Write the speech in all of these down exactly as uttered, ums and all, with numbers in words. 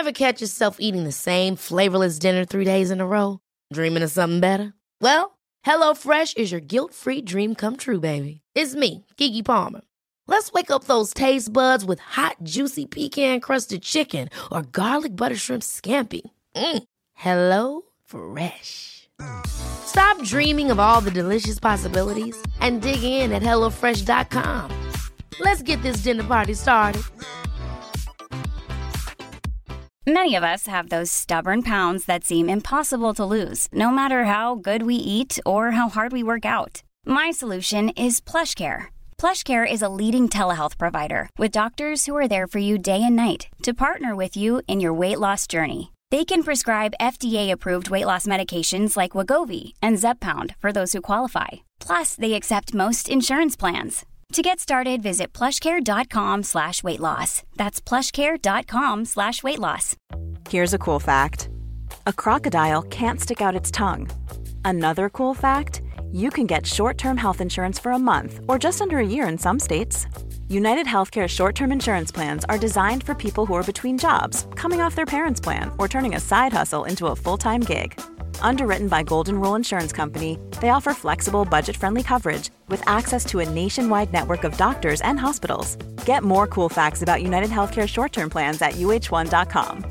Ever catch yourself eating the same flavorless dinner three days in a row? Dreaming of something better? Well, HelloFresh is your guilt-free dream come true, baby. It's me, Keke Palmer. Let's wake up those taste buds with hot, juicy pecan-crusted chicken or garlic butter shrimp scampi. Mm. Hello Fresh. Stop dreaming of all the delicious possibilities and dig in at hello fresh dot com. Let's get this dinner party started. Many of us have those stubborn pounds that seem impossible to lose, no matter how good we eat or how hard we work out. My solution is PlushCare. PlushCare is a leading telehealth provider with doctors who are there for you day and night to partner with you in your weight loss journey. They can prescribe F D A-approved weight loss medications like Wegovy and Zepbound for those who qualify. Plus, they accept most insurance plans. To get started, visit plushcare.com slash weight loss. That's plushcare.com slash weight loss. Here's a cool fact. A crocodile can't stick out its tongue. Another cool fact, you can get short-term health insurance for a month or just under a year in some states. United Healthcare short-term insurance plans are designed for people who are between jobs, coming off their parents' plan, or turning a side hustle into a full-time gig. Underwritten by Golden Rule Insurance Company, they offer flexible, budget-friendly coverage with access to a nationwide network of doctors and hospitals. Get more cool facts about United Healthcare short-term plans at u h one dot com.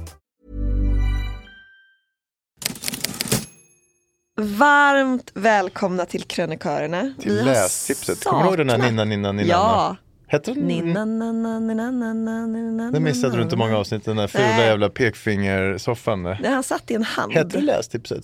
Varmt välkomna till Krönikörerna. Till lästipset. Kommer du ihåg den här Ninna, Ninna, Ninna? Ja. Heter den? Ninna, Ninna, Ninna, Ninna, Ninna. Den missade du inte många avsnitt, den där fula Nej. jävla pekfingersoffan. Nej, han satt i en hand. Heter det lästipset?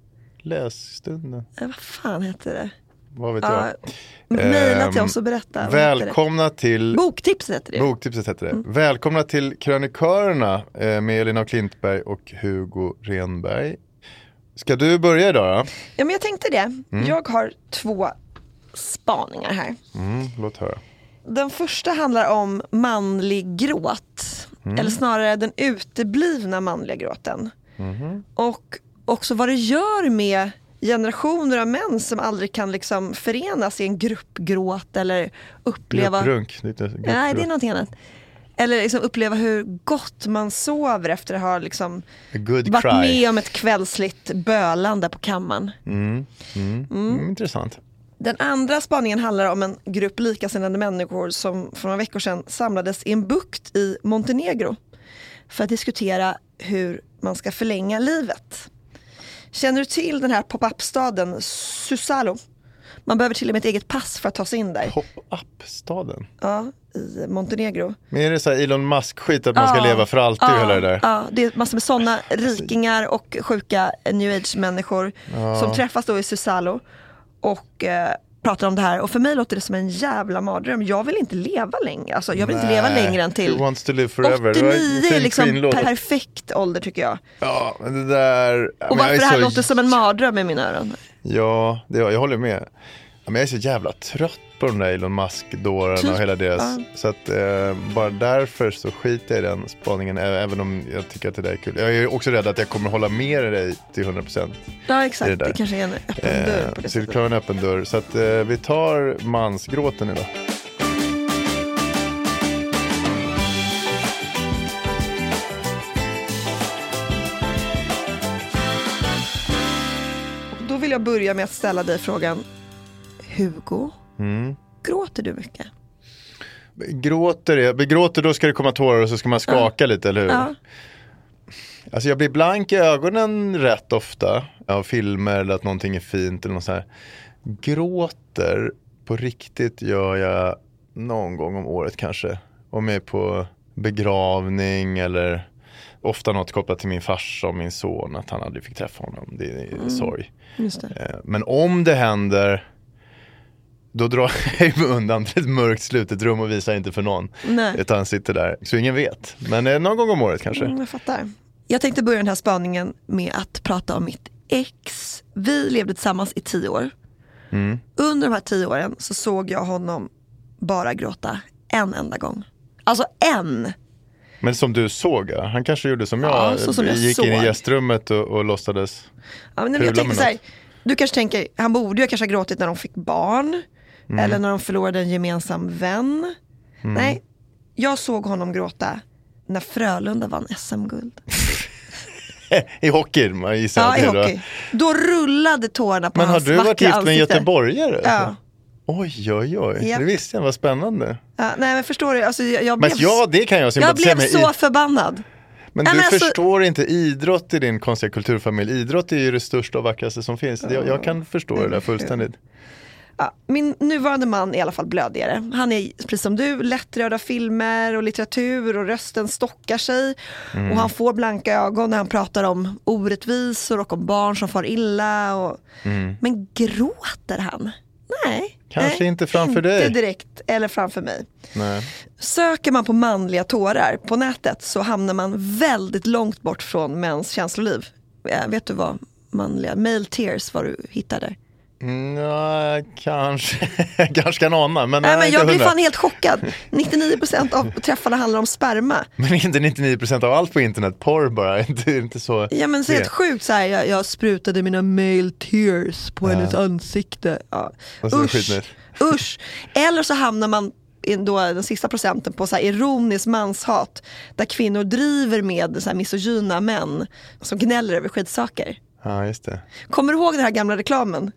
Lässtunden. Ja, vad fan heter det? Vad vet Ja, jag? mejla till oss och berätta. Vad Välkomna heter det? till... Boktipset heter det. Boktipset heter det. Mm. Välkomna till Krönikörerna med Elina Klintberg och Hugo Renberg. Ska du börja idag då? Ja, men jag tänkte det. Mm. Jag har två spaningar här. Mm, låt höra. Den första handlar om manlig gråt. Mm. Eller snarare den uteblivna manliga gråten. Mm. Och också vad det gör med generationer av män som aldrig kan liksom förenas i en gruppgråt eller uppleva... Grupprunk. Lite gruppgråt. Nej, det är någonting annat. Eller liksom uppleva hur gott man sover efter att ha liksom varit cry. med om ett kvällsligt bölande på kammaren. Mm. Mm. Mm. Mm, intressant. Den andra spaningen handlar om en grupp likasinnade människor som för några veckor sedan samlades i en bukt i Montenegro för att diskutera hur man ska förlänga livet. Känner du till den här pop-up-staden Susalo? Man behöver till och med ett eget pass för att ta sig in där. Pop-up-staden? Ja, i Montenegro. Men är det så här Elon Musk-skit att man ska ja, leva för alltid ja, och hela det där? Ja, det är massor med sådana rikingar och sjuka new age-människor ja. som träffas då i Susalo och eh, pratar om det här. Och för mig låter det som en jävla mardröm. Jag vill inte leva längre. Alltså, jag vill Nej, inte leva längre än till Who wants to live forever. åttionio är liksom perfekt ålder tycker jag. Ja, men det där... Och varför det här så... låter som en mardröm i mina öron. Ja, det, jag håller med. Men jag är så jävla trött på de där Elon Musk-dårarna typ, och hela deras. Ja. Så att eh, bara därför så skiter jag i den spaningen, även om jag tycker att det där är kul. Jag är också rädd att jag kommer hålla med dig till hundra procent. Ja, exakt. Det, det kanske är en öppen dörr. Eh, så det kan vara en öppen dörr. Så att eh, vi tar mansgråten idag. Då vill jag börja med att ställa dig frågan, Hugo, mm. gråter du mycket? Gråter jag? Gråter då ska det komma tårar och så ska man skaka ja. lite, eller hur? Ja. Alltså jag blir blank i ögonen rätt ofta av filmer eller att någonting är fint eller något så här. Gråter på riktigt gör jag någon gång om året kanske. Om jag är på begravning eller ofta något kopplat till min farsa och min son, att han aldrig fick träffa honom. Det är mm. sorg. Just det. Men om det händer, då drar jag mig undan till ett mörkt slutet rum och visar inte för någon. Nej. Utan sitter där, så ingen vet. Men eh, någon gång om året kanske. Mm, jag fattar. Jag tänkte börja den här spaningen med att prata om mitt ex. Vi levde tillsammans i tio år. Mm. Under de här tio åren så såg jag honom bara gråta en enda gång. Alltså en! Men som du såg, han kanske gjorde som jag, ja, så som jag gick såg. in i gästrummet och, och låtsades ja, men jag tänker så här, du kanske tänker, han borde ju kanske ha gråtit när de fick barn. Mm. Eller när de förlorade en gemensam vän. Mm. Nej, jag såg honom gråta när Frölunda vann S M-guld. I hockey, man gissar. Ja, i hockey. Då rullade tårarna på Men hans har du varit gift med en ansikte. göteborgare? Ja. Oj, oj, oj. Japp. Det visste jag, vad spännande. Ja, nej, men förstår du? Alltså, jag, jag Men blev, ja, det kan jag jag sympatisera blev med. så I... förbannad. Men Nej, du men alltså- förstår inte idrott i din konstiga kulturfamilj. Idrott är ju det största och vackraste som finns. Jag, jag kan förstå det där fullständigt. Ja, min nuvarande man är i alla fall blödigare. Han är, precis som du, lättrörd av filmer och litteratur och rösten stockar sig. Mm. Och han får blanka ögon när han pratar om orättvisor och om barn som far illa. Och... Mm. Men gråter han? Nej. Kanske nej, inte framför inte dig. Inte direkt, eller framför mig. Nej. Söker man på manliga tårar på nätet så hamnar man väldigt långt bort från mäns känsloliv. Ja, vet du vad manliga male tears var du hittade? Mm, ja, kanske. kanske kan ana. Men, nej, men jag blir hundra. fan helt chockad. nittionio procent av träffarna handlar om sperma. Men inte nittionio procent av allt på internet. Porr bara. Inte, inte så. Ja, men så helt sjukt så här, jag, jag sprutade mina male tears på ja. hennes ansikte. Ja. Usch, usch. Eller så hamnar man då den sista procenten på så här ironisk manshat. Där kvinnor driver med så här misogyna män som gnäller över skitsaker. Ja, just det. Kommer du ihåg den här gamla reklamen?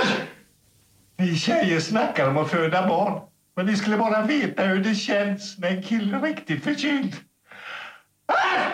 Ni tjejer snackar om att föda barn. Men ni skulle bara veta hur det känns när en kille är riktigt förkyld. Ah!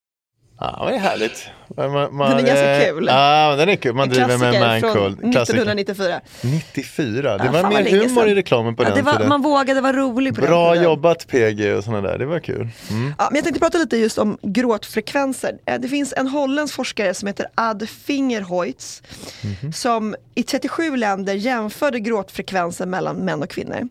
Ja, det är härligt. Man, man, den är ganska kul. Ja, den är kul. Man en driver med från man nittonhundranittefyra. nittiofyra. Det ja, var mer humor i reklamen på ja, den det var, tiden. Man vågade vara rolig på Bra den tiden. jobbat P G och sådana där. Det var kul. Mm. Ja, men jag tänkte prata lite just om gråtfrekvenser. Det finns en holländsk forskare som heter Ad Fingerhoits mm-hmm. som i trettiosju länder jämförde gråtfrekvensen mellan män och kvinnor.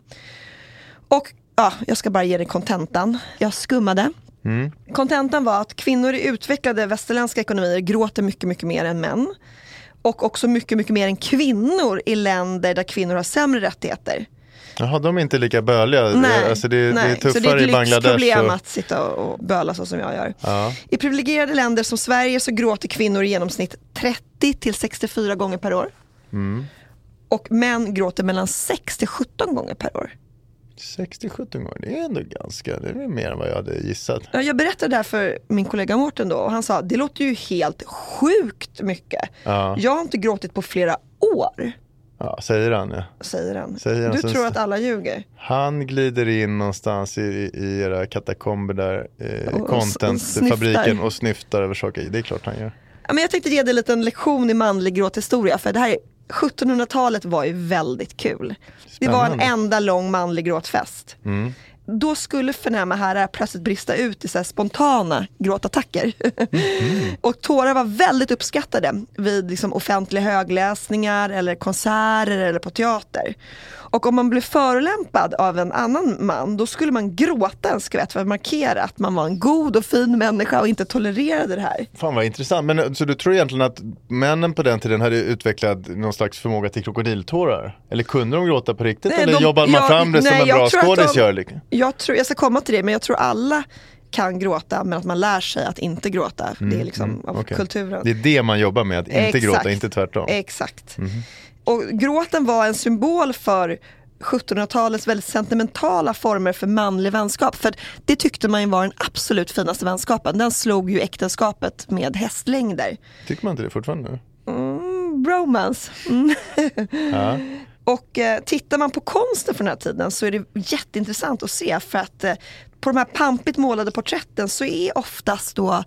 Och ja, jag ska bara ge dig kontentan. Jag skummade. Mm. Kontentan var att kvinnor i utvecklade västerländska ekonomier gråter mycket, mycket mer än män. Och också mycket, mycket mer än kvinnor i länder där kvinnor har sämre rättigheter. Jaha, de är inte lika böliga. Nej, alltså det, nej. det är tuffare så det är ett i Bangladesh. lyxproblem och... att sitta och böla så som jag gör. Ja. I privilegierade länder som Sverige så gråter kvinnor i genomsnitt trettio till sextiofyra gånger per år. Mm. Och män gråter mellan sex till sjutton gånger per år. sextio sjutton gånger, det är ändå ganska, det är mer än vad jag hade gissat. Jag berättade det här för min kollega Mårten då och han sa, det låter ju helt sjukt mycket. Ja. Jag har inte gråtit på flera år. Ja, säger han ja. Säger han. Säger han. Du Sen, tror att alla ljuger. Han glider in någonstans i, i era katakomber där, eh, och, contentfabriken och, och snyftar över saker. Det är klart han gör. Ja, men jag tänkte ge dig en liten lektion i manlig gråthistoria för det här är sjuttonhundratalet var ju väldigt kul. Spännande. Det var en enda lång manlig gråtfest. Mm. Då skulle förnäma herrar plötsligt brista ut i så här spontana gråtattacker. Mm. Och tårar var väldigt uppskattade vid liksom offentliga högläsningar eller konserter eller på teater. Och om man blev förolämpad av en annan man, då skulle man gråta en skvätt för att markera att man var en god och fin människa och inte tolererade det här. Fan vad intressant. Men så du tror egentligen att männen på den tiden hade utvecklat någon slags förmåga till krokodiltårar? Eller kunde de gråta på riktigt? Nej, eller de, jobbade man jag, fram det nej, som en bra skådis gör? Liksom? Jag tror, jag ska komma till det, men jag tror alla kan gråta, men att man lär sig att inte gråta. Mm, det är liksom mm, av okay. kulturen. Det är det man jobbar med, att inte Exakt. gråta, inte tvärtom. Exakt. Mm. Och gråten var en symbol för sjuttonhundratalets väldigt sentimentala former för manlig vänskap. För det tyckte man ju var den absolut finaste vänskapen. Den slog ju äktenskapet med hästlängder. Tycker man inte det fortfarande? Mm, bromance. Mm. Ja. Och eh, tittar man på konsten från den här tiden så är det jätteintressant att se. För att eh, på de här pampigt målade porträtten så är oftast då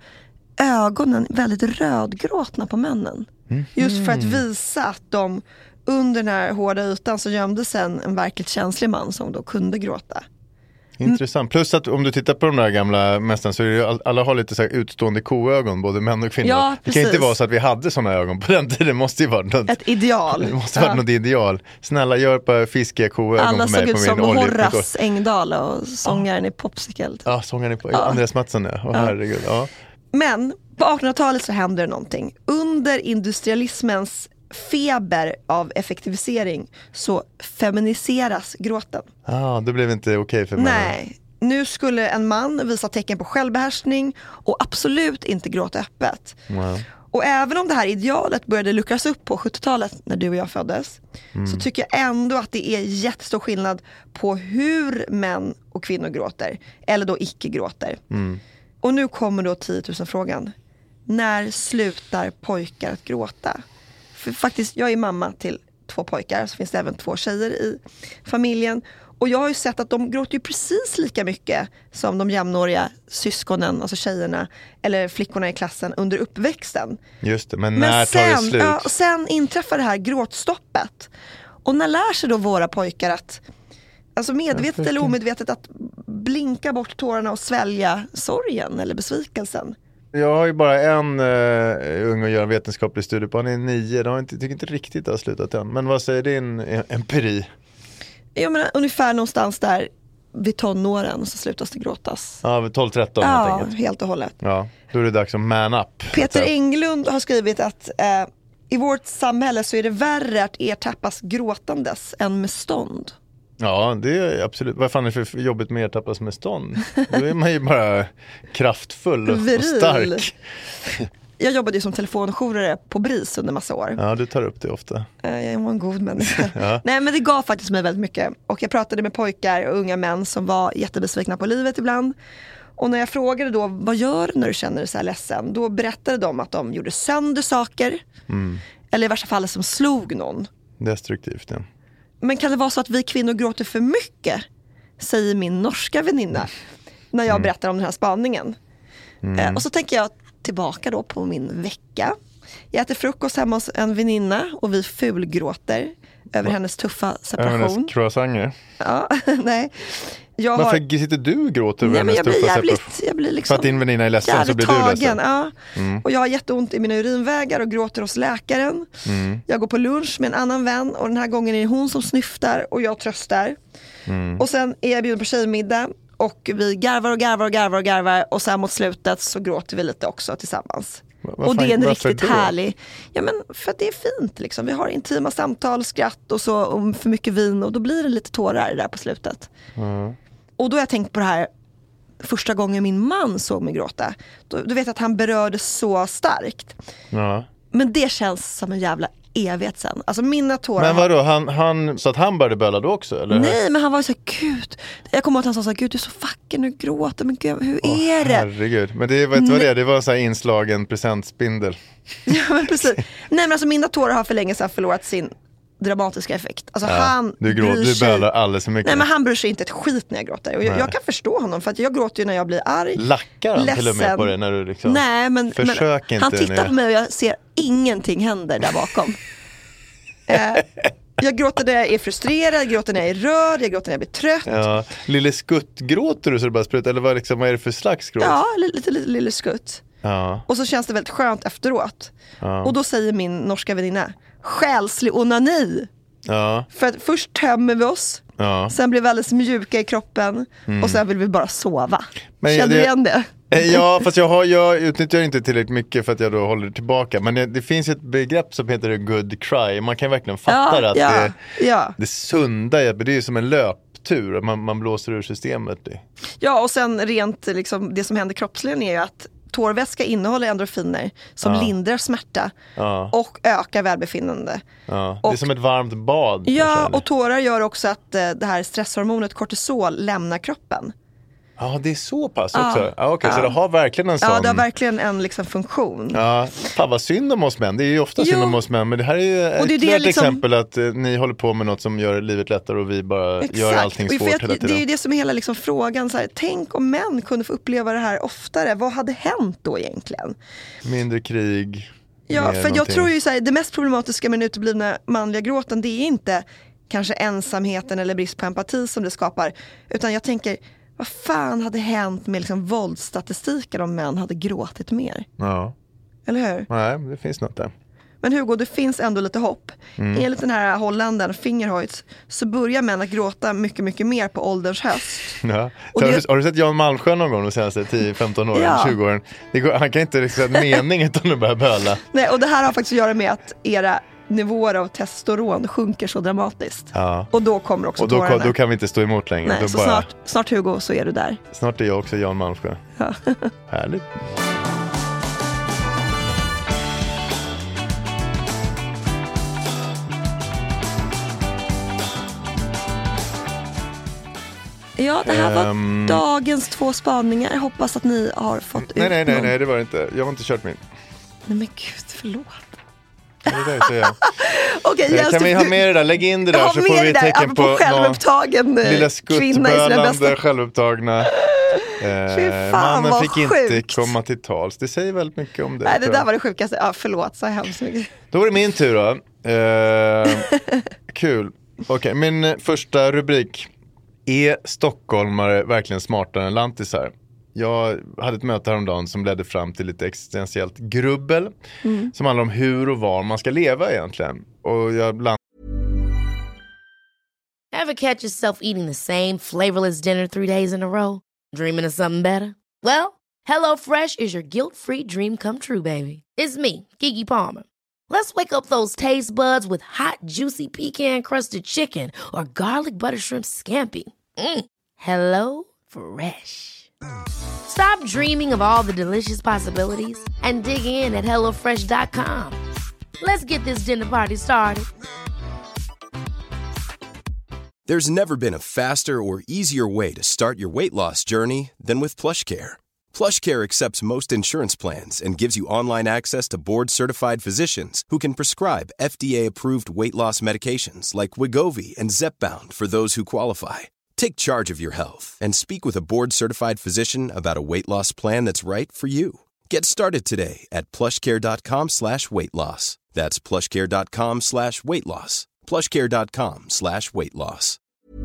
ögonen väldigt rödgråtna på männen. Mm. Just för att visa att de under den här hårda ytan så gömde sen en verkligt känslig man som då kunde gråta. Intressant. Plus att om du tittar på de där gamla mästarna så är det ju, alla har lite så här utstående koögon, både män och kvinnor. Ja, det kan inte vara så att vi hade sådana ögon på den tiden. Det måste ju vara något, ett ideal. Det måste vara ja. något ideal. Snälla, gör på fiskiga koögon alla på mig. Alla såg ut som olje. Horace Engdahl och sångaren ah. i Popsicle. Ja, sångaren i ja. Andreas Mattsson, ja. Oh, ja. Herregud. Ja. Men på artonhundratalet så händer det någonting. Under industrialismens feber av effektivisering så feminiseras gråten. Ja, ah, det blev inte okej okay för mig. Nej, nu skulle en man visa tecken på självbehärskning och absolut inte gråta öppet. Wow. Och även om det här idealet började luckras upp på sjuttiotalet när du och jag föddes mm. så tycker jag ändå att det är jättestor skillnad på hur män och kvinnor gråter eller då icke gråter. Mm. Och nu kommer då tio tusen frågan. När slutar pojkar att gråta? För faktiskt, jag är mamma till två pojkar. Så finns det även två tjejer i familjen. Och jag har ju sett att de gråter ju precis lika mycket som de jämnåriga syskonen, alltså tjejerna eller flickorna i klassen under uppväxten. Just det, men, men när sen, tar det slut? Ja, sen inträffar det här gråtstoppet. Och när lär sig då våra pojkar att, alltså medvetet eller omedvetet, att blinka bort tårarna och svälja sorgen eller besvikelsen? Jag har ju bara en uh, ung och gör en vetenskaplig studie på. Han är nio, de har inte, tycker inte riktigt det har slutat än. Men vad säger din empiri? Jag menar, ungefär någonstans där vid tonåren så slutas det gråtas. Ja, vid tolv tretton. Ja, helt och hållet. Ja, då är det dags att man up. Peter Englund har skrivit att eh, i vårt samhälle så är det värre att ertappas gråtandes än med stånd. Ja, det är absolut. Vad fan är det för jobbigt med ertappas med stånd? Då är man ju bara kraftfull och, och stark. Jag jobbade ju som telefonjourare på BRIS under massa år. Ja, du tar upp det ofta. Jag var en god människa. Ja. Nej, men det gav faktiskt mig väldigt mycket. Och jag pratade med pojkar och unga män som var jättebesvikna på livet ibland. Och när jag frågade då, vad gör du när du känner dig så här ledsen? Då berättade de att de gjorde sönder saker. Mm. Eller i värsta fall som slog någon. Destruktivt, ja. Men kan det vara så att vi kvinnor gråter för mycket? Säger min norska väninna. När jag mm. berättar om den här spaningen. Mm. Eh, och så tänker jag tillbaka då på min vecka. Jag äter frukost hemma hos en väninna och vi fulgråter över hennes tuffa separation. Över hennes croissanter? Ja, nej. Jag Varför har... sitter du och gråter över hennes jag tuffa jävligt, separation? Jag blir liksom... För att din väninna är ledsen så blir tagen, du ledsen? Ja. Mm. Och jag har jätteont i mina urinvägar och gråter hos läkaren. Mm. Jag går på lunch med en annan vän och den här gången är det hon som snyftar och jag tröstar. Mm. Och sen är jag bjuden på tjejmiddag. Och vi garvar och garvar och garvar och garvar. Och sen mot slutet så gråter vi lite också tillsammans. Va, och det är en riktigt då? härlig. Ja, men för att det är fint liksom. Vi har intima samtal, skratt och så om för mycket vin. Och då blir det lite tårar där på slutet. Mm. Och då har jag tänkt på det här första gången min man såg mig gråta. Då, då vet jag att han berörde så starkt. Ja. Men det känns som en jävla evighet sen. Alltså mina tårar. Men vadå, han, han, så att han började böla då också? Eller? Nej, men han var så här, gud. Jag kommer ihåg att han sa så här, gud du är så vacker nu, gråter. Men gud, hur oh, är det? Herregud, men det, vet du vad det är? Det var så här inslagen presentspindel. Ja, men precis. Nej, men alltså mina tårar har för länge sedan förlorat sin dramatiska effekt. Alltså ja, han du, gråter, du bölar alldeles för mycket. Nej, men han bryr sig inte ett skit när jag gråter. Och jag, jag kan förstå honom, för att jag gråter ju när jag blir arg. Lackar han till och med på det när du liksom... Nej, men, men inte han tittar när... på mig och jag ser ingenting händer där bakom. eh, jag gråter när jag är frustrerad, jag gråter när jag är rörd, jag gråter när jag blir trött. Ja, lille skutt gråter du så det bara sprutar? Eller vad, liksom, vad är det för slags gråt? Ja, lite, lite lille skutt. Ja. Och så känns det väldigt skönt efteråt. Ja. Och då säger min norska väninna, själslig onani. Ja. För att först tömmer vi oss, ja. Sen blir vi alldeles mjuka i kroppen, mm. och sen vill vi bara sova. Men känner du igen det? Ja, fast jag, har, jag utnyttjar inte tillräckligt mycket för att jag då håller tillbaka. Men det, det finns ett begrepp som heter good cry. Man kan verkligen fatta ja, att ja, det, ja. det sunda, det är ju som en löptur. Man, man blåser ur systemet. Det. Ja, och sen rent liksom, det som händer kroppsligen är ju att tårvätska innehåller endorfiner som ja. lindrar smärta ja. och ökar välbefinnande. Ja. Det är och, som ett varmt bad. Ja, och tårar gör också att eh, det här stresshormonet kortisol lämnar kroppen. Ja, det är så pass också. Ja. Ja, okay, ja. Så det har verkligen en sån... Ja, det har verkligen en liksom, funktion. Ja, fan vad synd om oss män. Det är ju ofta synd om oss män. Men det här är ju ett det det liksom... exempel att eh, ni håller på med något som gör livet lättare och vi bara Exakt. gör allting svårt vet, hela tiden. Det är ju det som är hela liksom, frågan. Så här, tänk om män kunde få uppleva det här oftare. Vad hade hänt då egentligen? Mindre krig. Ja, för någonting. Jag tror ju så här, det mest problematiska med den uteblivna manliga gråten, det är inte kanske ensamheten eller brist på empati som det skapar. Utan jag tänker... Vad fan hade hänt med liksom våldsstatistiken om män hade gråtit mer? Ja. Eller hur? Nej, det finns något där. Men Hugo, det finns ändå lite hopp. Mm. Enligt den här holländaren Fingerhoyts så börjar män att gråta mycket, mycket mer på ålderns höst. Ja. Så det... har, du, har du sett Jan Malmsjö någon gång de senaste tio femton åren, ja. tjugo åren? Det går, han kan inte liksom säga mening utan att börja böla. Nej, och det här har faktiskt att göra med att era nivåer av testosteron sjunker så dramatiskt. Ja. Och då kommer också och då, tårarna. då kan vi inte stå emot längre. Nej, då så bara... snart, snart Hugo så är du där. Snart är jag också Jan Malmsjö. Ja. Härligt. Ja, det här var um, dagens två spaningar. Jag hoppas att ni har fått nej, ut nej, nej, någon. nej, det var det inte. Jag har inte kört min. Nej men gud, förlåt. Det där säger jag. Okej, Okay, kan vi ha med det där? Lägg in det där så får vi där, tecken på självupptagen lilla skuttbölande självupptagna. Eh, mannen fick sjukt. inte komma till tals. Det säger väldigt mycket om det. Nej, det där var det sjukaste. Ja, förlåt, så hemskt mycket. Då var det min tur då. Eh, kul. Okej, okay, min första rubrik. Är stockholmare verkligen smartare än lantisar? Jag hade ett möte häromdagen som ledde fram till lite existentiellt grubbel. Mm. Som handlar om hur och var man ska leva egentligen. Och jag bland... Ever catch yourself eating the same flavorless dinner three days in a row? Dreaming of something better? Well, HelloFresh is your guilt-free dream come true, baby. It's me, Keke Palmer. Let's wake up those taste buds with hot, juicy pecan-crusted chicken or garlic butter shrimp scampi. Mm. Hello Fresh. Stop dreaming of all the delicious possibilities and dig in at hello fresh dot com. Let's get this dinner party started. There's never been a faster or easier way to start your weight loss journey than with PlushCare. PlushCare accepts most insurance plans and gives you online access to board-certified physicians who can prescribe F D A-approved weight loss medications like Wegovy and Zepbound for those who qualify. Take charge of your health and speak with a board-certified physician about a weight loss plan that's right for you. Get started today at plushcare.com slash weight loss. That's plushcare.com slash weight loss. plushcare.com slash weight loss.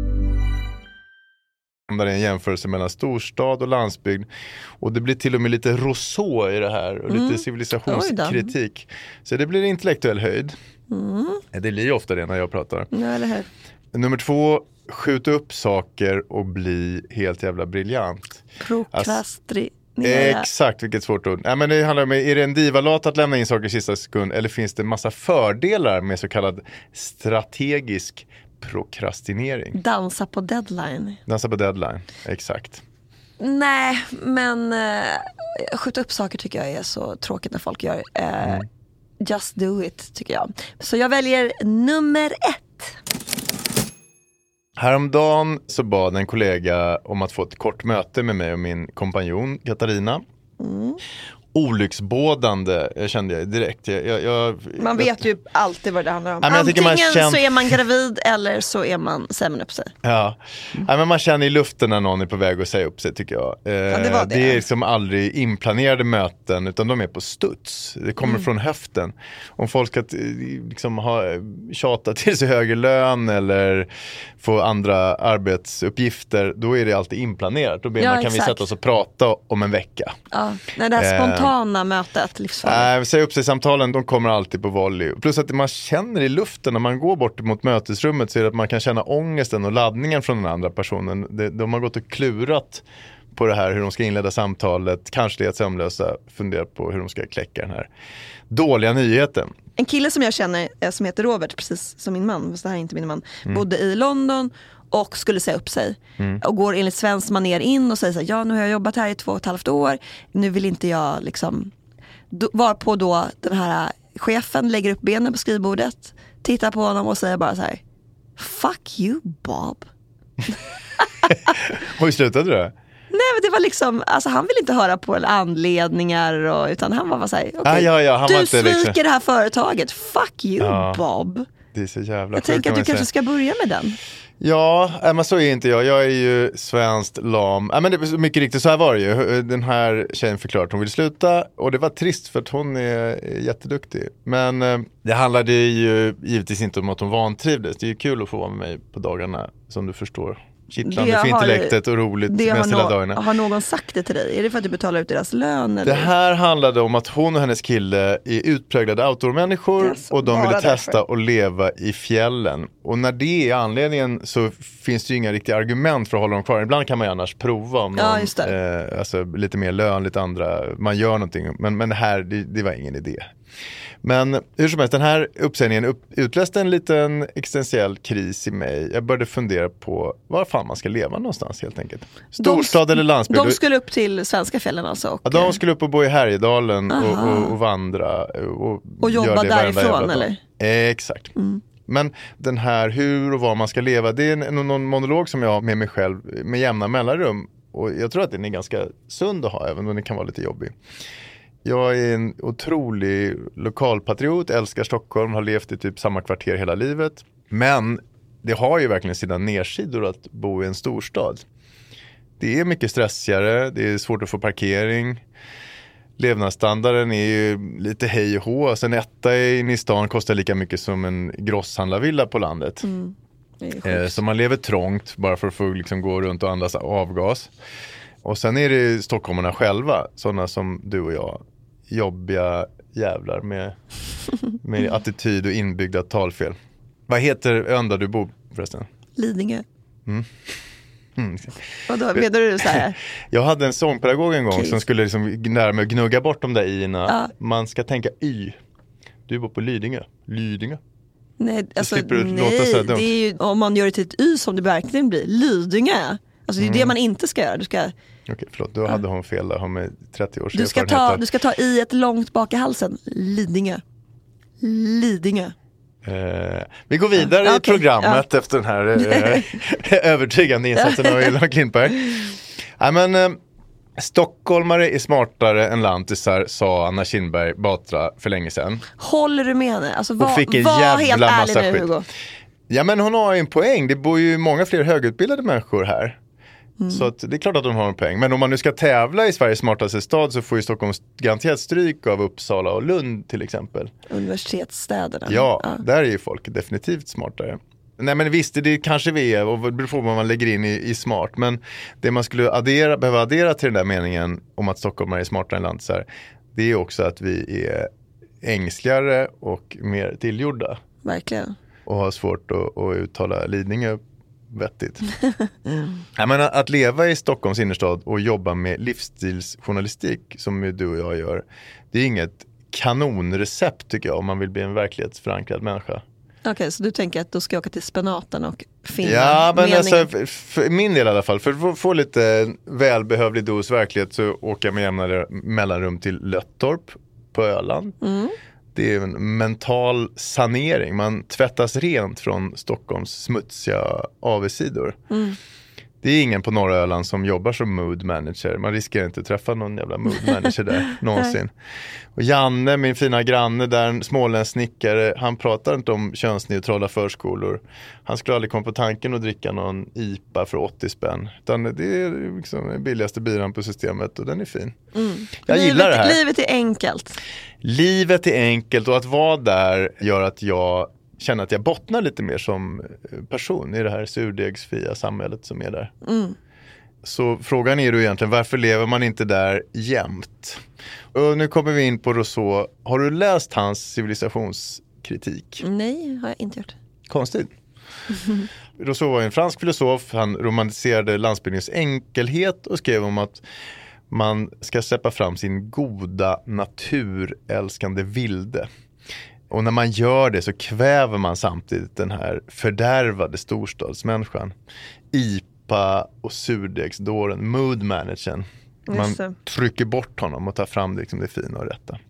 Det är en jämförelse mellan storstad och landsbygd. Och det blir till och med lite Rousseau i det här. Och lite mm. civilisationskritik. Så det blir intellektuell höjd. Mm. Det blir ju ofta det när jag pratar. Ja, eller hur? Nummer två. Skjuta upp saker och bli helt jävla briljant. Prokrastinera. Exakt, vilket svårt ord. Nej, men det handlar om, är det en divalat att lämna in saker i sista sekund eller finns det en massa fördelar med så kallad strategisk prokrastinering? Dansa på deadline. Dansa på deadline, exakt. Nej, men uh, skjuta upp saker tycker jag är så tråkigt när folk gör. Uh, mm. Just do it, tycker jag. Så jag väljer nummer ett. Häromdagen så bad en kollega om att få ett kort möte med mig och min kompanjon Katarina. Mm. Olycksbådande, jag kände jag direkt. Jag, jag, jag, man vet ju alltid vad det handlar om. Ja, antingen man känner... så är man gravid eller så är man sämn upp sig. Ja, mm. ja men man känner i luften när någon är på väg att säga upp sig, tycker jag. Eh, ja, det, var det. det är liksom aldrig inplanerade möten, utan de är på studs. Det kommer mm. från höften. Om folk ska liksom ha, tjata till sig högre lön eller få andra arbetsuppgifter, då är det alltid inplanerat. Då ja, man, kan vi sätta oss och prata om en vecka. Ja, när det här eh, spontana mötet, livsfarligt. Äh, säg upp sig samtalen, de kommer alltid på volley. Plus att man känner i luften när man går bort mot mötesrummet, så är det att man kan känna ångesten och laddningen från den andra personen. De, de har gått och klurat på det här, hur de ska inleda samtalet, kanske det sömnlösa, funderar på hur de ska kläcka den här dåliga nyheten. En kille som jag känner som heter Robert, precis som min man, fast det här är inte min man, mm. bodde i London och skulle säga upp sig. Mm. Och går enligt svensk manér in och säger så här, ja nu har jag jobbat här i två och ett halvt år, nu vill inte jag liksom, var på då den här chefen lägger upp benen på skrivbordet, tittar på honom och säger bara så här, fuck you Bob. Och hur slutade det? Nej, men det var liksom, alltså han ville inte höra på anledningar och, utan han var bara så här, okay, ah, ja, ja, han du var inte sviker liksom... det här företaget, fuck you ja, Bob. Det är så jävla jag tänker att du kanske ska börja med den. Ja, men så är inte jag. Jag är ju svenskt lam. Ja, men det, mycket riktigt, så här var det ju. Den här tjejen förklarade att hon ville sluta. Och det var trist för att hon är jätteduktig. Men eh, det handlade ju givetvis inte om att hon vantrivdes. Det är ju kul att få vara med mig på dagarna, som du förstår. Kittlande för intellektet och roligt det mest hela dagarna. Har någon sagt det till dig? Är det för att du betalar ut deras lön? Eller? Det här handlade om att hon och hennes kille är utpräglade outdoor-människor yes, och de ville testa därför. Att leva i fjällen. Och när det är anledningen så finns det ju inga riktiga argument för att hålla dem kvar. Ibland kan man ju annars prova om någon, ja, just det. Eh, alltså, lite mer lön, lite andra, man gör någonting. Men, men det här, det, det var ingen idé. Men hur som helst, den här uppsägningen upp, utlöste en liten existentiell kris i mig. Jag började fundera på var fan man ska leva någonstans helt enkelt. Storstad de, eller landsbygd. De skulle upp till svenska fjällen alltså? Och... Ja, de skulle upp och bo i Härjedalen och, och, och vandra. Och, och jobba därifrån eller? Eh, exakt. Mm. Men den här hur och vad man ska leva, det är en, någon monolog som jag har med mig själv med jämna mellanrum. Och jag tror att den är ganska sund att ha, även om den kan vara lite jobbig. Jag är en otrolig lokalpatriot, älskar Stockholm, har levt i typ samma kvarter hela livet. Men det har ju verkligen sina nedsidor att bo i en storstad. Det är mycket stressigare, det är svårt att få parkering. Levnadsstandarden är ju lite hej och hå. Alltså en etta i stan kostar lika mycket som en grosshandlarvilla på landet. Mm. Eh, så man lever trångt bara för att få liksom gå runt och andas avgas. Och sen är det stockholmarna själva, sådana som du och jag, jobbiga jävlar med, med attityd och inbyggda talfel. Vad heter ön där du bor förresten? Lidingö. Mm. Mm. Vadå, menar du så här? Jag hade en sångpedagog en gång Case. som skulle liksom närmare gnugga bort de där i-erna. Ja. Man ska tänka y. Du bor på Lidingö. Lidingö. Nej, alltså, slipper du nej låta så här dumt. det är ju, om man gör det till ett y som det verkligen blir, Lidingö. Alltså det är Mm. det man inte ska göra. Du ska, Okej, förlåt. Då hade hon fel där. Hon med trettio års du ska, erfarenhet ta, av- du ska ta i ett långt bak i halsen. Lidingö. Lidingö. Eh, vi går vidare Ja, i okej, programmet ja. efter den här eh, övertygande insatsen av Elon Klintberg. Ja, men, eh, stockholmare är smartare än lantisar, sa Anna Kinberg Batra för länge sedan. Håller du med henne? Alltså, var, fick en var jävla helt ärlig massa nu, skit. Hugo. Ja, men hon har ju en poäng. Det bor ju många fler högutbildade människor här. Mm. Så att det är klart att de har en poäng. Men om man nu ska tävla i Sveriges smartaste stad så får ju Stockholm garanterat stryk av Uppsala och Lund till exempel. Universitetsstäderna. Ja, där är ju folk definitivt smartare. Nej, men visst, det kanske vi är, och det beror på vad man lägger in i, i smart. Men det man skulle addera, behöva addera till den där meningen om att Stockholm är smartare än landsar, det är också att vi är ängsligare och mer tillgjorda. Verkligen. Och har svårt att, att uttala Lidingö vettigt. Jag menar, att leva i Stockholms innerstad och jobba med livsstilsjournalistik som ju du och jag gör, det är inget kanonrecept tycker jag om man vill bli en verklighetsförankrad människa. Okej, okay, så du tänker att då ska jag åka till Spenaten och finna Ja, men mening. alltså, för, för min del i alla fall, för att få, få lite välbehövlig dos verklighet så åker jag med jämnare mellanrum till Löttorp på Öland. Mm. Det är en mental sanering. Man tvättas rent från Stockholms smutsiga avsidor. Mm. Det är ingen på norra Öland som jobbar som mood manager. Man riskerar inte att träffa någon jävla mood manager där någonsin. Och Janne, min fina granne där, en småländsk snickare, han pratar inte om könsneutrala förskolor. Han skulle aldrig komma på tanken att dricka någon I P A för åttio spänn. Utan det är liksom den billigaste biran på systemet och den är fin. Mm. Jag livet, gillar det här. Livet är enkelt. Livet är enkelt och att vara där gör att jag känner att jag bottnar lite mer som person i det här surdegsfria samhället som är där. Mm. Så frågan är då egentligen, varför lever man inte där jämt? Och nu kommer vi in på Rousseau. Har du läst hans civilisationskritik? Nej, har jag inte gjort. Konstigt. Rousseau var en fransk filosof. Han romantiserade landsbygdens enkelhet och skrev om att man ska släppa fram sin goda naturälskande vilde. Och när man gör det så kväver man samtidigt den här fördärvade storstadsmänniskan. I P A och surdegsdåren, mood managern. Man trycker bort honom och tar fram det, liksom det fina och rätta.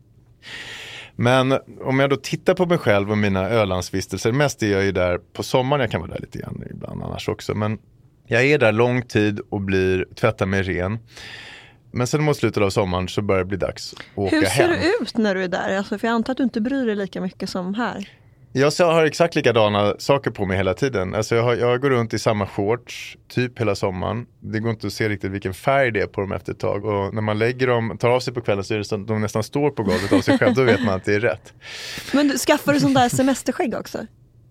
Men om jag då tittar på mig själv och mina Ölandsvistelser, mest är jag ju där på sommaren, jag kan vara där lite grann ibland annars också, men jag är där lång tid och blir tvättar mig ren. Men sen mot slutet av sommaren så börjar det bli dags att åka hem. Hur ser hem. Du ut när du är där? Alltså, för jag antar att du inte bryr dig lika mycket som här. Jag har exakt likadana saker på mig hela tiden. Alltså jag, har, jag går runt i samma shorts typ hela sommaren. Det går inte att se riktigt vilken färg det är på dem efter ett tag. Och när man lägger dem, tar av sig på kvällen så är det så att de nästan står på golvet av sig själv. Då vet man att det är rätt. Men du, skaffar du sån där semesterskägg också?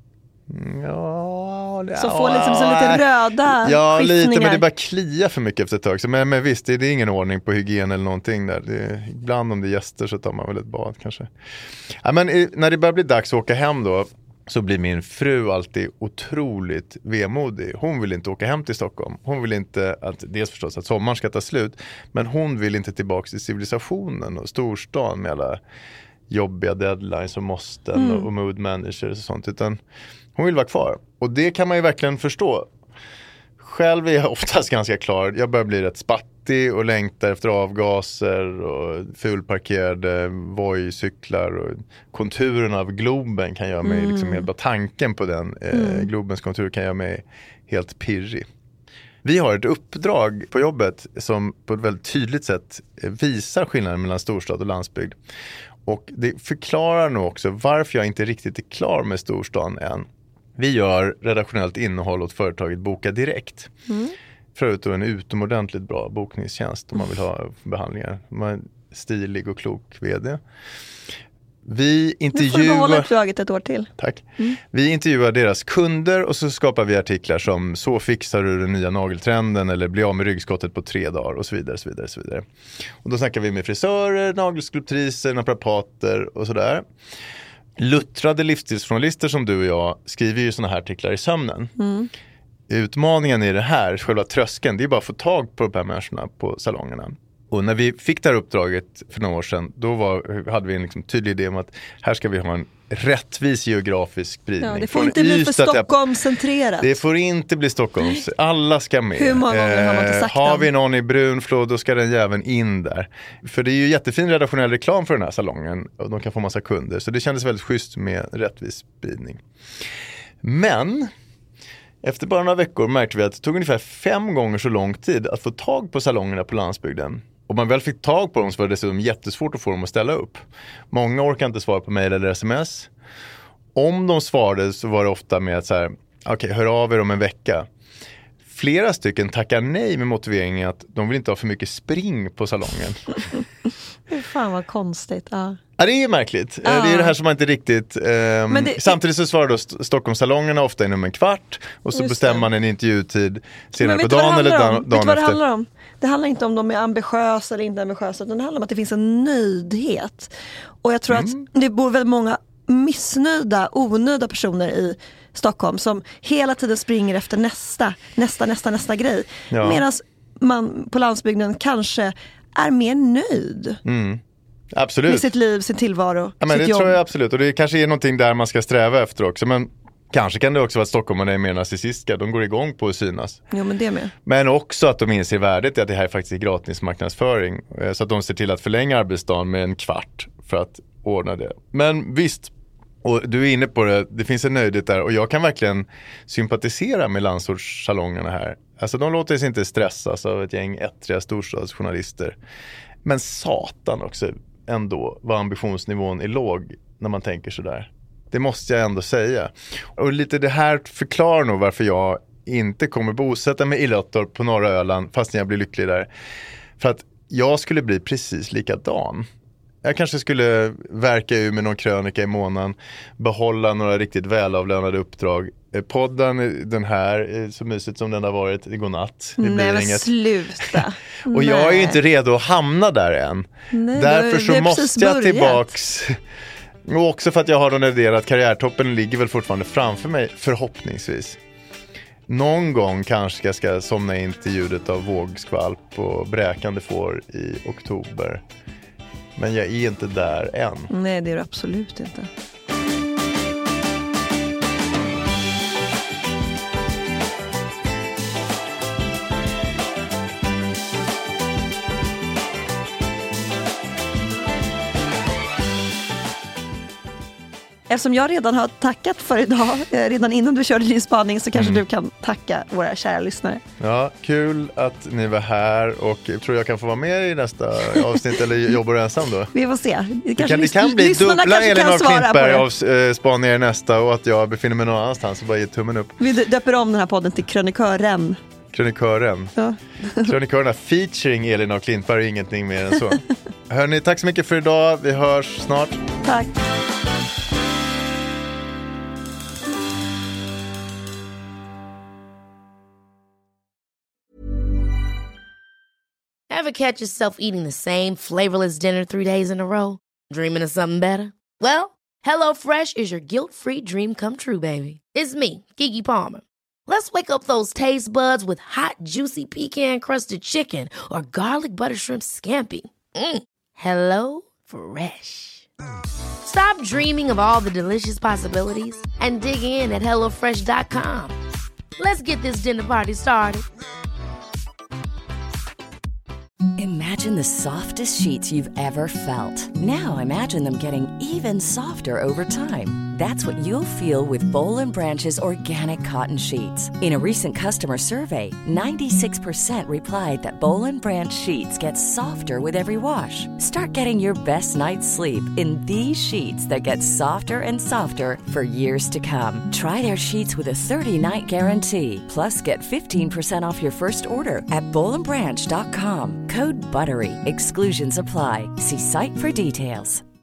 Ja, det, så får liksom så lite röda ja, skiftningar. Lite, men det bara klia för mycket efter ett tag. Så, men, men visst, det, det är ingen ordning på hygien eller någonting där. Det, ibland om det är gäster så tar man väl ett bad kanske. Ja, men i, när det börjar bli dags att åka hem då, så blir min fru alltid otroligt vemodig. Hon vill inte åka hem till Stockholm. Hon vill inte, att, dels förstås att sommaren ska ta slut, men hon vill inte tillbaka till civilisationen och storstan med alla jobbiga deadlines och måsten mm. och, och mood managers och sånt, utan hon vill vara kvar. Och det kan man ju verkligen förstå. Själv är jag oftast ganska klar. Jag börjar bli rätt spattig svettig och längtar efter avgaser och fulparkerade Voi-cyklar och konturen av Globen kan göra mig, mm. liksom, helt bara tanken på den eh, mm. Globens kontur kan göra mig helt pirrig. Vi har ett uppdrag på jobbet som på ett väldigt tydligt sätt visar skillnaden mellan storstad och landsbygd. Och det förklarar nog också varför jag inte riktigt är klar med storstan än. Vi gör redaktionellt innehåll åt företaget Boka Direkt. Mm. Förutom en utomordentligt bra bokningstjänst om man vill ha behandlingar. Man är stilig och klok vd. Vi intervjuar... Nu får du behålla uppdraget ett år till. Tack. Mm. Vi intervjuar deras kunder och så skapar vi artiklar som så fixar du den nya nageltrenden eller blir av med ryggskottet på tre dagar och så vidare, så vidare, så vidare. Och då snackar vi med frisörer, nagelskulptriser, naprapater och sådär. Luttrade livsstilsjournalister som du och jag skriver ju såna här artiklar i sömnen. Mm. Utmaningen i det här, själva tröskeln, det är bara att få tag på de här människorna på salongerna. Och när vi fick det här uppdraget för några år sedan, då var, hade vi en liksom tydlig idé om att här ska vi ha en rättvis geografisk spridning. Ja, det får inte bli för Stockholm-centrerat. Det får inte bli Stockholms. Alla ska med. Hur många gånger har man inte sagt eh, Har vi någon i Brunflo, då ska den jäveln in där. För det är ju jättefin redaktionell reklam för den här salongen. Och de kan få massa kunder. Så det kändes väldigt schysst med rättvis spridning. Men... efter bara några veckor märkte vi att det tog ungefär fem gånger så lång tid att få tag på salongerna på landsbygden. Och man väl fick tag på dem så var det dessutom jättesvårt att få dem att ställa upp. Många orkar inte svara på mejl eller sms. Om de svarade så var det ofta med att så här, okej, okay, hör av er om en vecka. Flera stycken tackar nej med motiveringen att de vill inte ha för mycket spring på salongen. Hur fan vad konstigt, ja. Ja, det är ju märkligt. Ja. Det är det här som man inte riktigt... Eh, det, samtidigt så svarar då St- Stockholmssalongerna ofta inom en kvart. Och så bestämmer det. Man en intervjutid senare på dagen eller dagen, dagen efter. Vet du vad det handlar om? Det handlar inte om de är ambitiösa eller inte ambitiösa. Utan det handlar om att det finns en nöjdhet. Och jag tror mm. att det bor väldigt många missnöjda, onöjda personer i Stockholm som hela tiden springer efter nästa, nästa, nästa, nästa grej. Ja. Medan man på landsbygden kanske är mer nöjd. Mm. Absolut. Med sitt liv, sin tillvaro, ja, men sitt det jobb. tror jag absolut. Och det kanske är någonting där man ska sträva efter också. Men kanske kan det också vara att stockholmarna är mer narcissistiska. De går igång på att synas. Jo, men det med. Men också att de inser värdet i att det här är faktiskt gratis marknadsföring. Så att de ser till att förlänga arbetsdagen med en kvart för att ordna det. Men visst, och du är inne på det, det finns en nöjdhet där. Och jag kan verkligen sympatisera med landsortssalongerna här. Alltså de låter sig inte stressas av ett gäng ettriga storstadsjournalister. Men satan också ändå vad ambitionsnivån är låg när man tänker sådär. Det måste jag ändå säga. Och lite det här förklarar nog varför jag inte kommer bosätta mig i Löttorp på norra Öland fast jag blir lycklig där. För att jag skulle bli precis likadan. Jag kanske skulle verka ur med någon krönika i månaden, behålla några riktigt välavlönade uppdrag. Podden, den här, så mysigt som den har varit, det går natt. Det Nej blir men inget. sluta. Och jag är ju inte redo att hamna där än. Nej, Därför så måste jag börjat. tillbaks. Och också för att jag har den idén att karriärtoppen ligger väl fortfarande framför mig, förhoppningsvis. Någon gång kanske jag ska somna in till ljudet av vågskvalp och bräkande får i oktober. Men jag är inte där än. Nej, det är du absolut inte. Eftersom jag redan har tackat för idag, redan innan du körde din spaning, så kanske mm. du kan tacka våra kära lyssnare. Ja, kul att ni var här och jag tror jag kan få vara med i nästa avsnitt eller jobbar du ensam då? Vi får se. Det kan, det kan bli dubbla Elin Klintberg av äh, spaningar nästa och att jag befinner mig någon annanstans och bara ger tummen upp. Vi döper om den här podden till Krönikören. Krönikören. Ja. Krönikörerna featuring Elin av Klintberg är ingenting mer än så. Hörrni, tack så mycket för idag. Vi hörs snart. Tack. Ever catch yourself eating the same flavorless dinner three days in a row? Dreaming of something better? Well, HelloFresh is your guilt-free dream come true, baby. It's me, Keke Palmer. Let's wake up those taste buds with hot, juicy pecan-crusted chicken or garlic butter shrimp scampi. Mm. Hello Fresh. Stop dreaming of all the delicious possibilities and dig in at hello fresh dot com. Let's get this dinner party started. imagine the softest sheets you've ever felt. Now imagine them getting even softer over time. That's what you'll feel with Boll and Branch's organic cotton sheets. In a recent customer survey, ninety-six percent replied that Boll and Branch sheets get softer with every wash. Start getting your best night's sleep in these sheets that get softer and softer for years to come. Try their sheets with a thirty-night guarantee. Plus, get fifteen percent off your first order at boll and branch dot com. Code BUTTERY. Exclusions apply. See site for details.